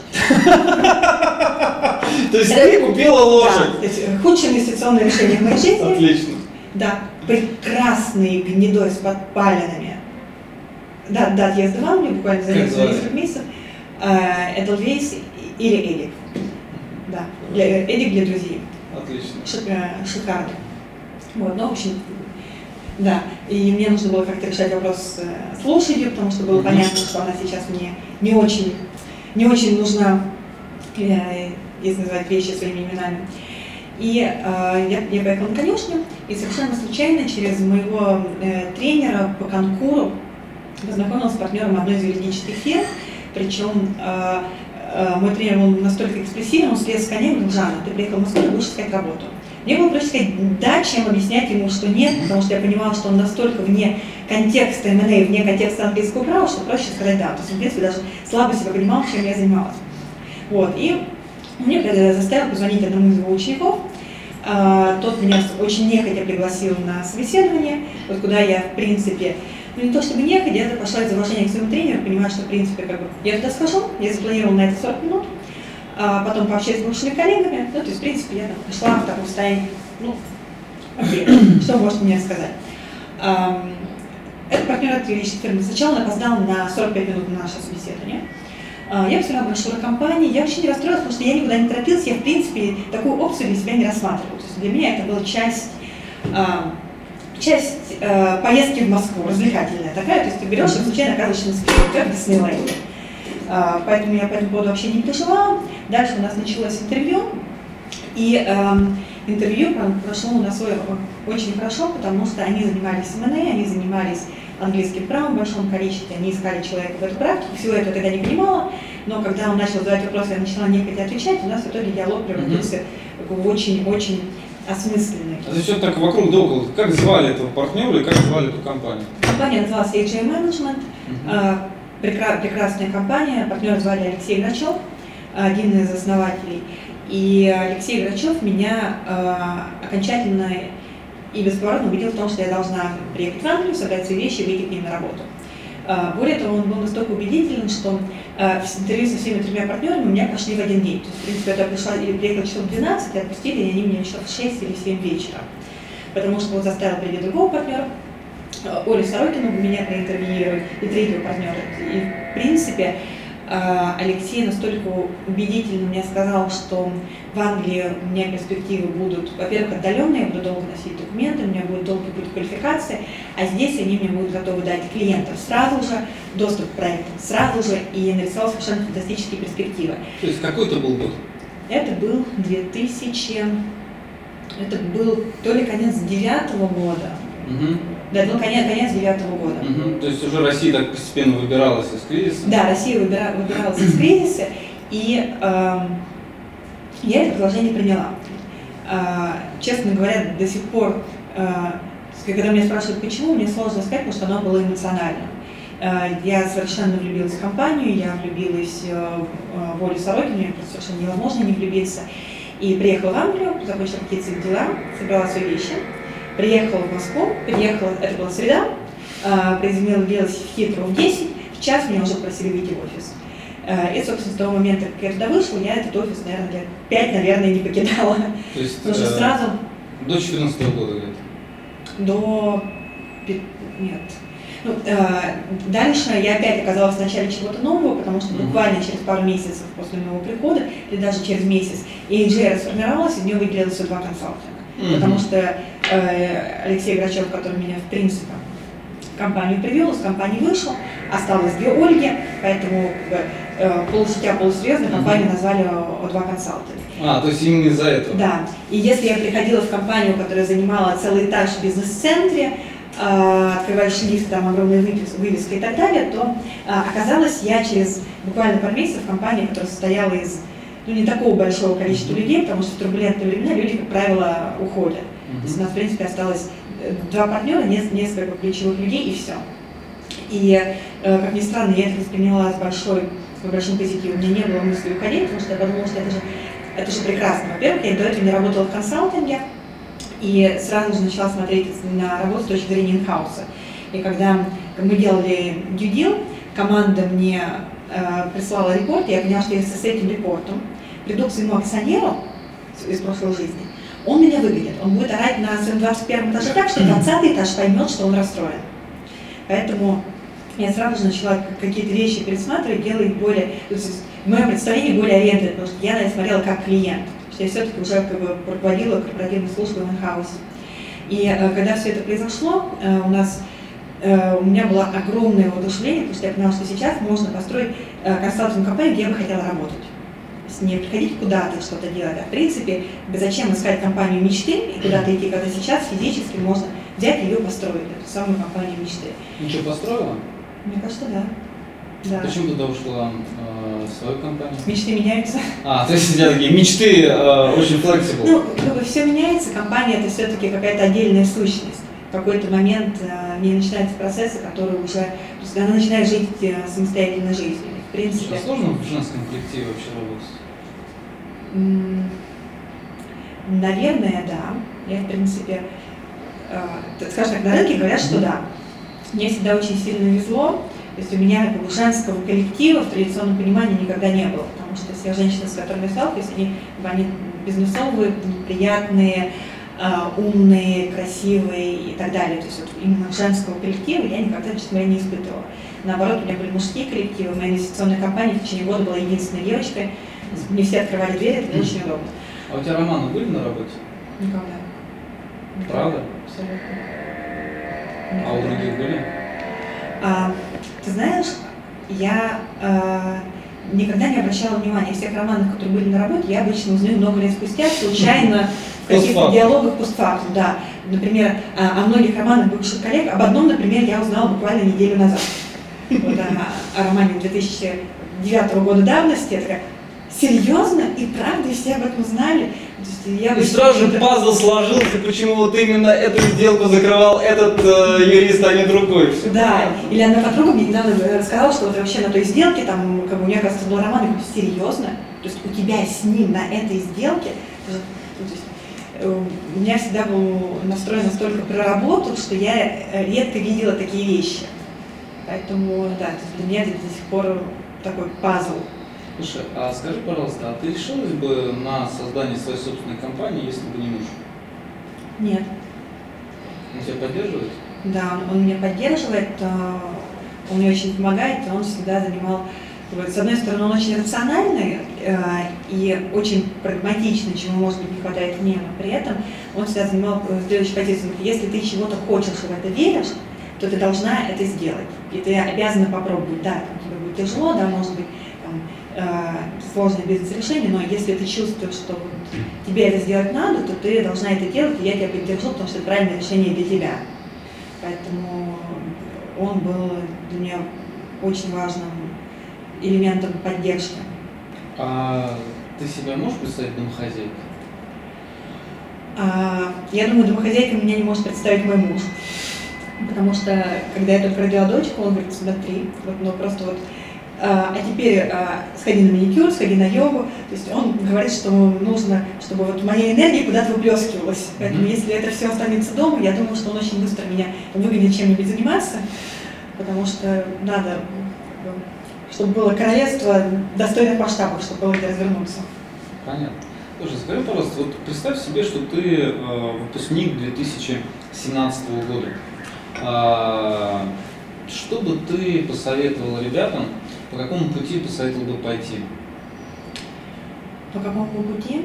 То есть ты купила лошадь? Да, худшее инвестиционное решение в моей жизни. Отлично. Да, прекрасные гнедой с подпалинами. До отъезда в Англию, буквально за несколько месяцев. Эдельвейс или Эдик. Да, Эдик для друзей. Отлично. Шикарно. Вот, ну, в общем, да. И мне нужно было как-то решать вопрос с лошадью, потому что было понятно, что она сейчас мне не очень нужна, если называть вещи своими именами. И я поехала на конюшню, и совершенно случайно через моего тренера по конкуру познакомилась с партнером одной из юридических фирм. Причем мой тренер был настолько экспрессивен, он слез с коня и говорил: Жанна, ты приехала в Москву, ты будешь искать работу. Мне было проще сказать да, чем объяснять ему, что нет, потому что я понимала, что он настолько вне контекста M&A, вне контекста английского права, что проще сказать да. То есть, в принципе, даже слабо себя понимал, чем я занималась. Вот, и мне заставил позвонить одному из его учеников. Тот меня очень нехотя пригласил на собеседование, вот куда я, в принципе, ну не то чтобы нехотя, я пошла из уважения к своему тренеру, понимаю, что, в принципе, как бы, я туда схожу, я запланировала на это 40 минут, потом пообщаюсь с бывшими коллегами, ну, то есть, в принципе, я там пришла в таком состоянии, ну, окей, что может мне сказать. Этот партнер от юридической фирмы сначала опоздал на 45 минут на наше собеседование. Я посмотрела брошюру компании, я вообще не расстроилась, потому что я никуда не торопилась, я, в принципе, такую опцию для себя не рассматривала. То есть для меня это была часть поездки в Москву, развлекательная такая, то есть ты берешь и случайно оказываешься на списке, как в Диснейленде. Поэтому я по этому поводу вообще не переживала. Дальше у нас началось интервью, и интервью прошло у нас очень хорошо, потому что они занимались M&A, они занимались английским правом в большом количестве, они искали человека в эту практику, всего этого я тогда не понимала, но когда он начал задавать вопросы, я начала нехотя отвечать, у нас в итоге диалог превратился в очень-очень осмысленный. А здесь все так вокруг да около. Как звали этого партнера и как звали эту компанию? Компания называлась AJ Management, прекрасная компания, партнера звали Алексей Грачев, один из основателей. И Алексей Грачев меня окончательно и бесповоротно убедил в том, что я должна приехать в Англию, собрать свои вещи и выйти к ним на работу. Более того, он был настолько убедителен, что в интервью со всеми 3 партнерами у меня пошли в один день. То есть, в принципе, я приехала часов в 12, отпустили, и они меня часов в 6 или в 7 вечера. Потому что он заставил прийти другого партнера, Олю Сорокину, меня проинтервьюировать, и 3-го партнера. И, в принципе, Алексей настолько убедительно мне сказал, что в Англии у меня перспективы будут, во-первых, отдаленные, я буду долго носить документы, у меня будет долгий путь квалификации, а здесь они мне будут готовы дать клиентов сразу же, доступ к проектам сразу же, и нарисовал совершенно фантастические перспективы. То есть какой это был год? Это был это был то ли конец 9-го года. Угу. Да, это был конец 9-го года. Угу. То есть уже Россия так постепенно выбиралась из кризиса? Да, Россия выбиралась из кризиса, и я это предложение приняла. Честно говоря, до сих пор, когда меня спрашивают, почему, мне сложно сказать, потому что оно было эмоционально. Я совершенно влюбилась в компанию, я влюбилась в Олю Сорокину, мне просто совершенно невозможно не влюбиться. И приехала в Англию, закончила какие-то дела, собрала свои вещи, приехала в Москву, это была среда, приземлилась в Хитру в 10, в час меня уже просили выйти в офис. И, собственно, с того момента, как я туда вышла, я этот офис, наверное, лет 5, наверное, не покидала. То есть потому что сразу... До 2014 года где-то? Нет. Дальше я опять оказалась в начале чего-то нового, потому что буквально через пару месяцев после моего прихода, или даже через месяц, ANG расформировалась, и в нее выделилось 2 консалтинга. Потому что Алексей Грачев, который меня, в принципе, в компанию привел, из компании вышел, осталось 2 Ольги, поэтому полушутя, полусерьезно компанию назвали O2 Consulting. То есть именно из-за этого? Да. И если я приходила в компанию, которая занимала целый этаж в бизнес-центре, открываешь лифт, там огромные вывески и так далее, то оказалось я через буквально пару месяцев в компании, которая состояла из не такого большого количества людей, потому что в турбулентные времена люди, как правило, уходят. То есть у нас, в принципе, осталось 2 партнера, несколько ключевых людей и все. И, как ни странно, я это восприняла с большим позитивом. У меня не было мысли уходить, потому что я подумала, что это же прекрасно. Во-первых, я до этого не работала в консалтинге, и сразу же начала смотреть на работу с точки зрения инхауса. И когда мы делали due deal, команда мне прислала репорт, я поняла, что если с этим репортом приду к своему акционеру из прошлой жизни, он меня выгонит. Он будет орать на своем 21 этаже так, что 20-й этаж поймет, что он расстроен. Поэтому я сразу же начала какие-то вещи пересматривать, делать их более, то есть в моем представлении более ориентированно, потому что я на это смотрела как клиент. Я все-таки уже руководила корпоративной службой в инхаусе. И когда все это произошло, у меня было огромное воодушевление, потому что я поняла, что сейчас можно построить консалтинговую компанию, где я бы хотела работать. То есть не приходить куда-то что-то делать, а в принципе, зачем искать компанию мечты и куда-то идти, когда сейчас физически можно взять ее построить, эту самую компанию мечты. Ну что, построила? Мне кажется, да. Да. Почему ты туда ушла в свою компанию? Мечты меняются. То есть у тебя такие мечты очень flexible. Все меняется, компания это все-таки какая-то отдельная сущность. В какой-то момент в ней начинаются процессы, которые уже, то есть она начинает жить самостоятельной жизнью. В принципе. Что, сложно в женском коллективе вообще работать? Наверное, да. Я, в принципе, скажем так, на рынке говорят, что да. Мне всегда очень сильно везло. То есть у меня женского коллектива в традиционном понимании никогда не было, потому что все женщины, с которыми я сталкиваюсь, они бизнесовые, приятные, умные, красивые и так далее. То есть вот именно женского коллектива я никогда, честно говоря, не испытывала. Наоборот, у меня были мужские коллективы, моя инвестиционная компания в течение года была единственной девочкой, мне все открывали двери, это было очень удобно. А у тебя романы были на работе? Никогда. Правда? Абсолютно. А у других были? Ты знаешь, я никогда не обращала внимания. Всех романов, которые были на работе, я обычно узнаю много лет спустя, случайно в каких-то диалогах постфактум. Да. Например, о многих романах бывших коллег, об одном, например, я узнала буквально неделю назад. Вот, о романе 2009 года давности. Я такая, серьезно? И правда, и все об этом знали? И сразу же пазл сложился, почему вот именно эту сделку закрывал этот юрист, а не другой. Все да, понятно. или одна подруга мне недавно рассказала, что вот вообще на той сделке, там, как бы у меня, кажется, был роман, я говорю, серьезно? То есть у тебя с ним на этой сделке, то есть, у меня всегда был настрой настолько про работу, что я редко видела такие вещи. Поэтому, да, для меня это до сих пор такой пазл. Слушай, а скажи, пожалуйста, а ты решилась бы на создание своей собственной компании, если бы не муж? Нет. Он тебя поддерживает? Да, он меня поддерживает, он мне очень помогает, он всегда занимал... С одной стороны, он очень рациональный и очень прагматичный, чему, может быть, не хватает мне, но при этом он всегда занимал следующую позицию. Если ты чего-то хочешь и в это веришь, то ты должна это сделать. И ты обязана попробовать. Да, тебе будет тяжело, да, может быть, сложное бизнес-решение, но если ты чувствуешь, что тебе это сделать надо, то ты должна это делать, и я тебя поддержу, потому что это правильное решение для тебя. Поэтому он был для меня очень важным элементом поддержки. А ты себя можешь представить домохозяйкой? Я думаю, домохозяйкой меня не может представить мой муж. Потому что, когда я только родила дочку, он говорит, смотри, а теперь сходи на маникюр, сходи на йогу. То есть он говорит, что нужно, чтобы вот моя энергия куда-то выплескивалась. Поэтому если это все останется дома, я думаю, что он очень быстро меня выгонит чем-нибудь заниматься, потому что надо, чтобы было королевство достойных масштабов, чтобы было где развернуться. Понятно. Слушай, скажи, пожалуйста, вот представь себе, что ты выпускник 2017 года. Что бы ты посоветовал ребятам, по какому пути посоветовал бы пойти? По какому пути?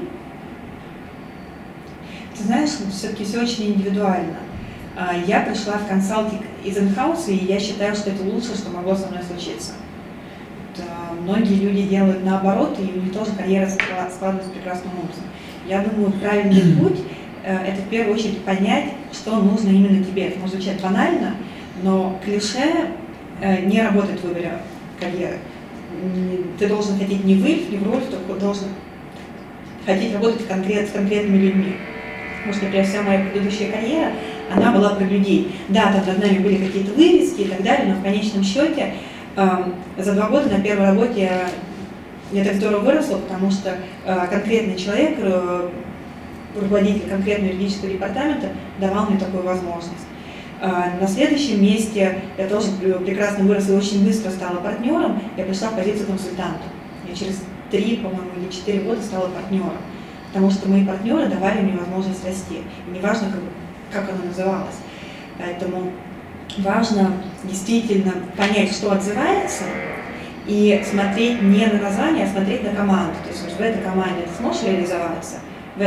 Ты знаешь, все-таки все очень индивидуально. Я пришла в консалтинг из инхауса, и я считаю, что это лучшее, что могло со мной случиться. Многие люди делают наоборот, и у них тоже карьера складывается прекрасным образом. Я думаю, правильный путь – это в первую очередь понять, что нужно именно тебе. Это может звучать банально, но клише не работает в выборе карьеры. Ты должен хотеть не в Ильф, не в Рольф, ты должен хотеть работать с конкретными людьми. Потому что, например, вся моя предыдущая карьера, она была про людей. Да, там над нами были какие-то вывески и так далее, но в конечном счете за 2 года на первой работе я так здорово выросла, потому что конкретный человек, руководитель конкретного юридического департамента, давал мне такую возможность. На следующем месте я тоже прекрасно выросла и очень быстро стала партнером. Я пришла в позицию консультанта. Я через 3, по-моему, или 4 года стала партнером, потому что мои партнеры давали мне возможность расти. И неважно, как она называлась. Поэтому важно действительно понять, что отзывается, и смотреть не на название, а смотреть на команду. То есть в этой команде ты сможешь реализоваться,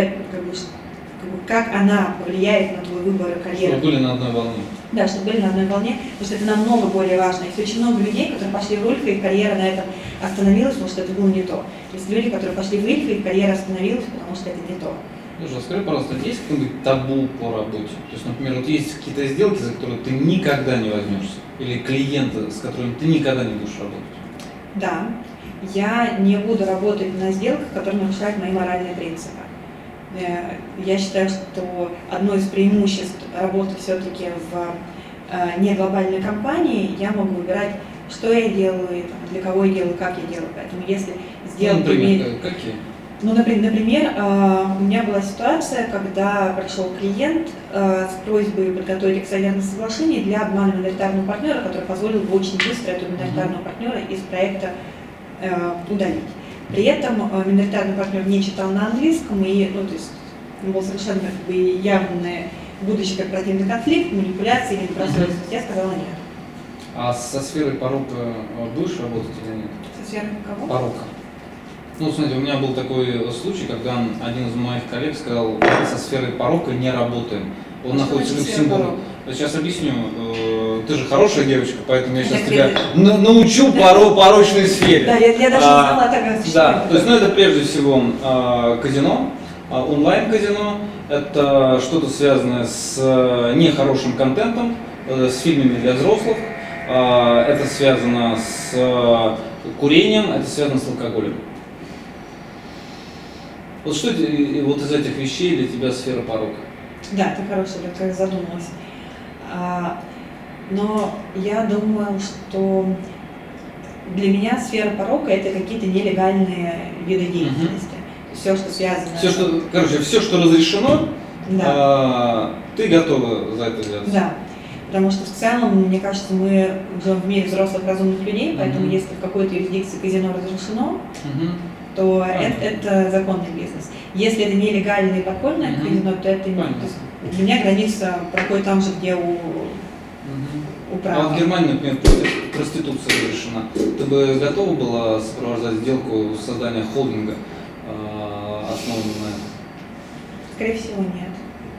как она повлияет на твой выбор и карьеру. Чтобы были на одной волне. Да, чтобы были на одной волне, потому что это намного более важно. Есть очень много людей, которые пошли в Ильф, и их карьера на этом остановилась, потому что это было не то. Есть люди, которые пошли в Ильф, и их карьера остановилась, потому что это не то. Слушай, скажи, пожалуйста, есть какой-нибудь табу по работе? То есть, например, вот есть какие-то сделки, за которые ты никогда не возьмешься, или клиенты, с которыми ты никогда не будешь работать? Да, я не буду работать на сделках, которые нарушают мои моральные принципы. Я считаю, что одно из преимуществ работы все-таки в неглобальной компании, я могу выбирать, что я делаю, для кого я делаю, как я делаю. Поэтому если сделать... Какие? Например, у меня была ситуация, когда пришел клиент с просьбой подготовить акционерное соглашение для обмана миноритарного партнера, который позволил бы очень быстро эту миноритарного партнера из проекта удалить. При этом миноритарный партнер не читал на английском, и то есть, был совершенно явный, будучи корпоративный конфликт, манипуляции или непростойность. Я сказала нет. А со сферой порока будешь работать или нет? Со сферой кого? Порока. Смотрите, у меня был такой случай, когда один из моих коллег сказал, мы со сферой порока не работаем. Он находится в Люксембурге. Сейчас объясню. Ты же хорошая девочка, поэтому я сейчас тебя научу порочной сфере. Да, я даже не знала о таком существовании. Да, то есть, это прежде всего казино, онлайн-казино. Это что-то связанное с нехорошим контентом, с фильмами для взрослых. Это связано с курением, это связано с алкоголем. Вот что вот из этих вещей для тебя сфера порока? Да, ты хорошая, я задумалась. Но я думаю, что для меня сфера порока – это какие-то нелегальные виды деятельности. все, что связано. Все, что разрешено, Да. Ты готова за это взяться? Да. Потому что в целом, мне кажется, мы живем в мире взрослых разумных людей, поэтому если в какой-то юрисдикции казино разрешено, то это законный бизнес. Если это нелегальное и подпольное казино, то это не. Для меня граница проходит там же, где у права. А в Германии, например, проституция разрешена. Ты бы готова была сопровождать сделку создания холдинга, основанного на этом? Скорее всего, нет.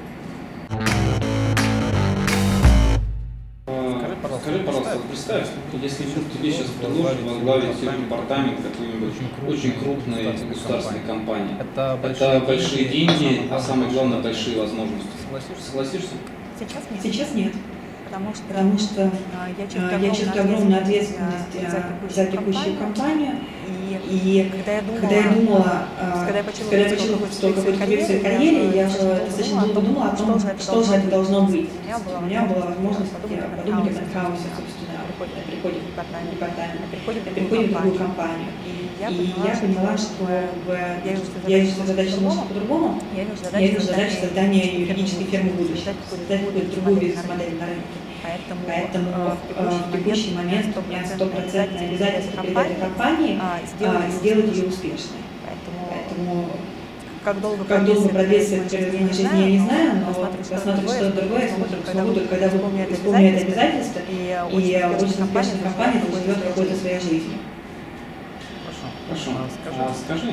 Скажи, пожалуйста, представь, если тебе сейчас предложат возглавить департамент какой-нибудь очень крупной государственной компании. Это большие деньги, а самое главное, большие возможности. Согласишься? Сейчас нет. Потому что я чувствую огромную ответственность за текущую компанию. И когда я думала, когда я почила какой-то век в своей карьере, я же достаточно долго думала о том, что же это должно быть. У меня была возможность подумать о пентхаусе, собственно, о приходе в департамент, о приходе в другую компанию. И я поняла, что я вижу задачу немножко по-другому. Я вижу задачу создания юридической фирмы будущего, создать какую-то другую бизнес-модель на рынке. Поэтому в текущий момент у меня стопроцентное обязательство перед этой компанией сделать ее успешной. Поэтому как долго продлится это в моей жизни, я не знаю, но посмотрим что-то другое, смогу только когда выполню это обязательство, и очень успешная компания живет какой-то своей жизнью. Хорошо. Скажи,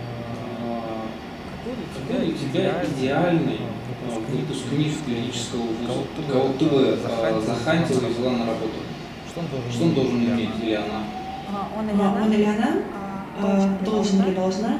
какой у тебя идеальный выпускник клинического вуза, кого ты бы захантила и взяла на работу? Что он должен иметь, или она? Он или она? Должен или должна?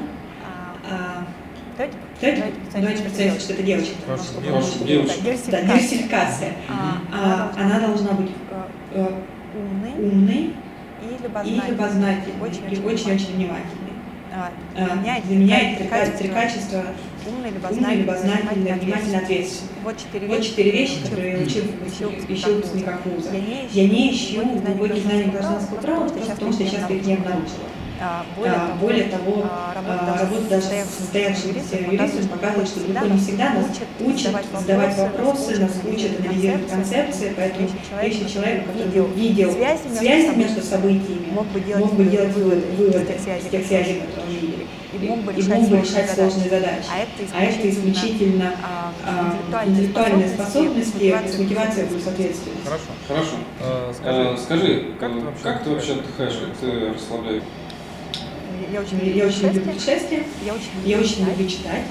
Давайте представим, что это девочка. Да, диверсификация. Она должна быть умной и любознательной, и очень-очень внимательной. Для меня это три качества: умный, любознательный, внимательно ответственный. Вот четыре вещи, которые я ищу выпускника вуза. Я не ищу глубоких знаний гражданского права, просто потому что я сейчас их не обнаружила. Более того, работа даже с состоявшимися юристами показывает, что далеко не всегда нас учат задавать вопросы, нас учат анализировать концепции, поэтому если человек, который видел связи между событиями, мог бы делать выводы из тех связей, которые он видел, и мог бы решать сложные задачи. А это исключительно интеллектуальные способности плюс мотивация плюс ответственность. Хорошо. Скажи, как ты вообще отдыхаешь, как ты расслабляешься? Я очень люблю путешествия, я очень люблю читать.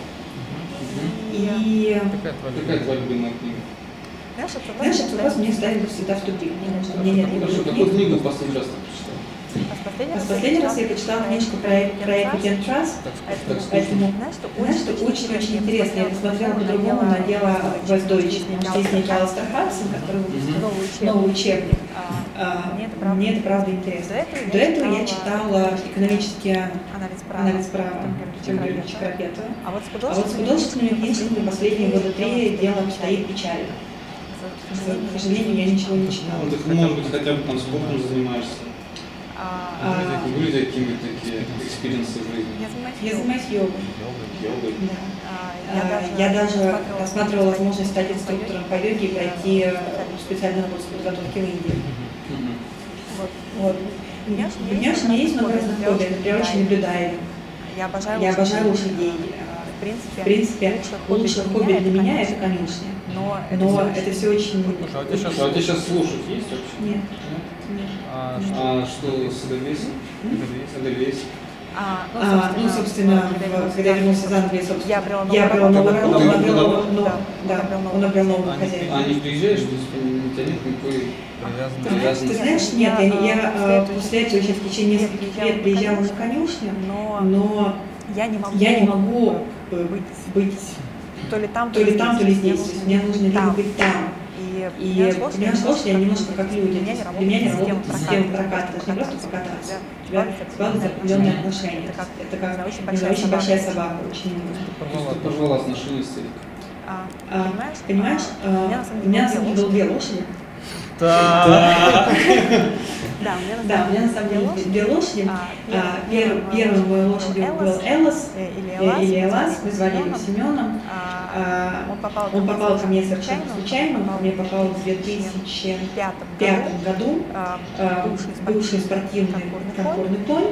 И какая твоя любимая книга? Знаешь, этот вопрос мне ставили всегда в тупик, потому что у меня нет любимых книг. Какую книгу в последний раз ты прочитала? Последний раз я прочитала книжку про Equity and Trust, поэтому, знаешь, что очень-очень интересно. Я посмотрела по-другому на дело Вестдойч, потому что есть некий Алстер Хадсон, который выпустил новый учебник. Мне это правда интересно. До этого я читала экономический анализ права Чакрапетова. А вот с художественными книжками последние года 3 дело обстоит печально. К сожалению, я ничего не читала. Ну, так, может быть, хотя бы там спортом занимаешься? Были какие-то такие экспириенсы в жизни? Я занимаюсь йогой. Йогой? Да. Я даже рассматривала возможность стать инструктором по йоге и пройти специальную курс подготовки в Индии. Вот. У меня есть много разных хобби. Я очень люблю дайвинг. Я обожаю лошадей. В принципе, лучшее хобби для меня это конюшня. Но это все очень... А у тебя сейчас слушать есть вообще? Нет. А что с Эдельвейс? Ну, собственно, когда я вернулся из Англии, собственно, я обрела новую работу, он обрел нового хозяина. А не приезжаешь, то есть у тебя нет никакой привязанности? Ты знаешь, нет, я после этого еще в течение нескольких лет приезжала на конюшню, но я не могу быть то ли там, то ли здесь. То есть мне нужно либо быть там. И меня сложно, я немножко как люди. Для меня не работает система проката. Это не просто покататься. У тебя складываются определенные отношения. Это как очень большая собака. Ты порвала отношения с Эриком. Понимаешь, у меня на самом деле было 2 лошади. Да, у меня на самом деле две лошади. Первым моей лошадью был Элос, или Элас, мы звали его Семеном. Он попал ко мне совершенно случайно, он ко мне попал в 2005 году, бывший спортивный конкурный конь,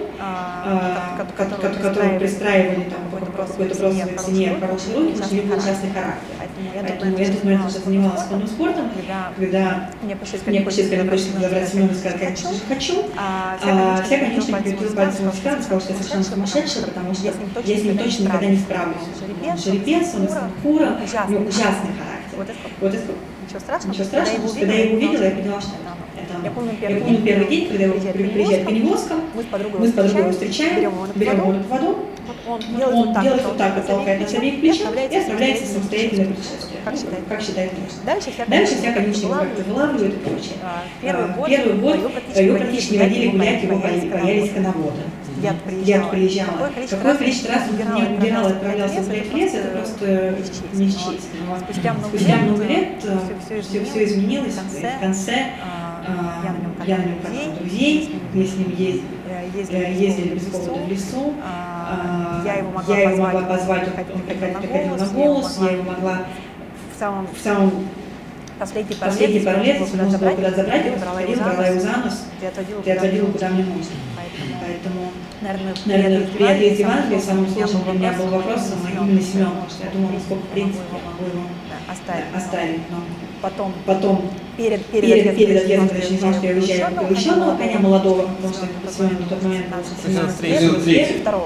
которого пристраивали там по какой-то просто цене хорошей руки, потому что у него был ужасный характер. Поэтому я в тот момент уже занималась конным спортом, когда мне пришли сказать, хочется забрать Семена и сказать, конечно же, хочу. Вся, конечно, прикрепила пальцем в сказал, что я совершенно сумасшедшая, потому что я с ним точно никогда не справлюсь. Он жеребец, он кура, у него ужасный характер. Вот это ничего страшного, когда я его увидела, я поняла, что это. Я помню первый день, когда его приезжает перевозка, мы с подругой его встречаем, берем его на поводу, он делает вот так, толкает нас обеих плечом и отправляется в самостоятельное путешествие. Как считает нужно. Дальше вся, конечно, его как-то вылавливает и прочее. Первый год его практически не водили гулять, его боялись коновода. Я приезжала. Какое количество раз он убирал и отправлялся в лес, это просто не счесть. Спустя много лет все изменилось. В конце я на нем катала друзей, мы с ним ездили без повода в лесу. Я его могла позвать, он приходил на голос, я его могла в самом последние пару лет, если нужно было куда-то забрать, я брала его за нос и отводила куда мне нужно. Поэтому, наверное, при отъезде в Англию самым сложным для меня был вопрос именно Семена, потому что я думала, насколько, в принципе, я могу его оставить. Но потом перед отъездом, точнее, знал, что я уезжаю, купила еще одного коня молодого, потому что Семен на тот момент был 17 лет. Второго.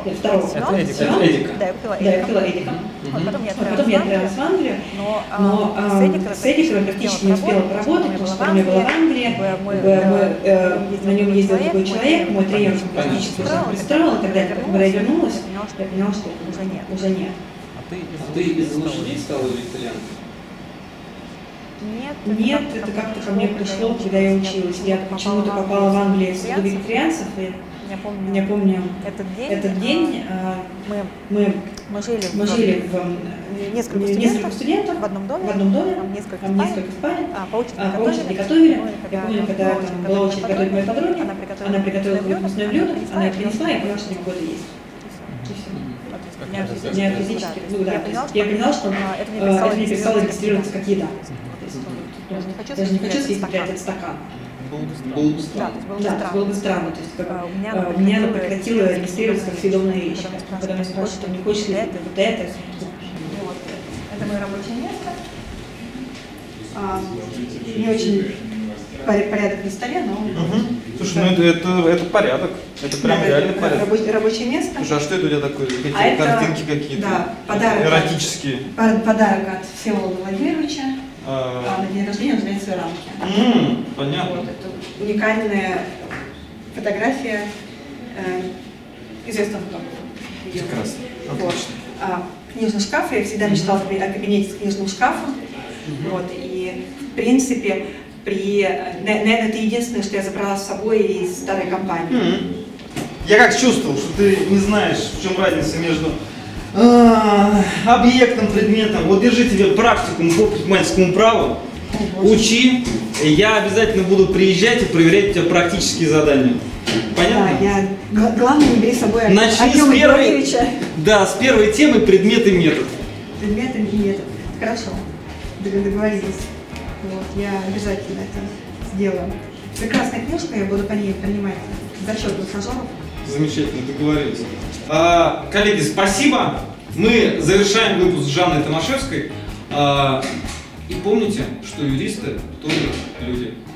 Да, я купила Эдика. Потом я отправилась в Англию, но с Эдиком я практически не успела поработать, потому что я была в Англии, на нем ездил другой человек, мой тренер практически уже пристроил, и тогда, когда я вернулась, я поняла, что уже нет. А ты из лошадей стала вегетарианкой? Нет, это как-то ко мне пришло, когда я училась. Я почему-то попала в Англию в среду вегетарианцев, и я помню этот день. Мы жили в несколько студентов в одном доме, там несколько спален, по очереди готовили. Я помню, когда была очередь готовить моей подруге, она приготовила какое-то мясное блюдо, она это принесла, и я поняла, что не могу это есть. Я физически, я поняла, что это не перестало регистрироваться как еда. Даже не хочу съесть этот стакан. Было бы странно. Да, было бы странно. То есть, у меня оно прекратило регистрироваться как съедобная вещь. Когда меня спрашивают, не хочешь ли это, вот это. Это мое рабочее место. Не очень порядок на столе, но... Слушай, ну это порядок. Это прям реально порядок. Рабочее место. Слушай, а что это у тебя такое? Какие картинки какие-то? Да, подарок. Эротические. Подарок от Всеволода Владимировича. На день рождения он заменяет свои рамки. Понятно. Вот, это уникальная фотография известного фотографа. Прекрасно. Вот. Книжный шкаф, я всегда мечтала о кабинете с книжным шкафом. Вот, и в принципе, наверное, это единственное, что я забрала с собой из старой компании. Я как чувствовал, что ты не знаешь, в чем разница между объектом, предметом. Вот держи тебе практикум по предпринимательскому праву, учи, я обязательно буду приезжать и проверять у тебя практические задания. Понятно? Да, главное, не бери с собой Артема Георгиевича. Да, с первой темы предмет и метод. Предмет и метод. Хорошо, договорились. Вот, я обязательно это сделаю. Прекрасная книжка, я буду по ней принимать зачет массажеров. Замечательно, договорились. Коллеги, спасибо. Мы завершаем выпуск с Жанной Томашевской. И помните, что юристы тоже люди.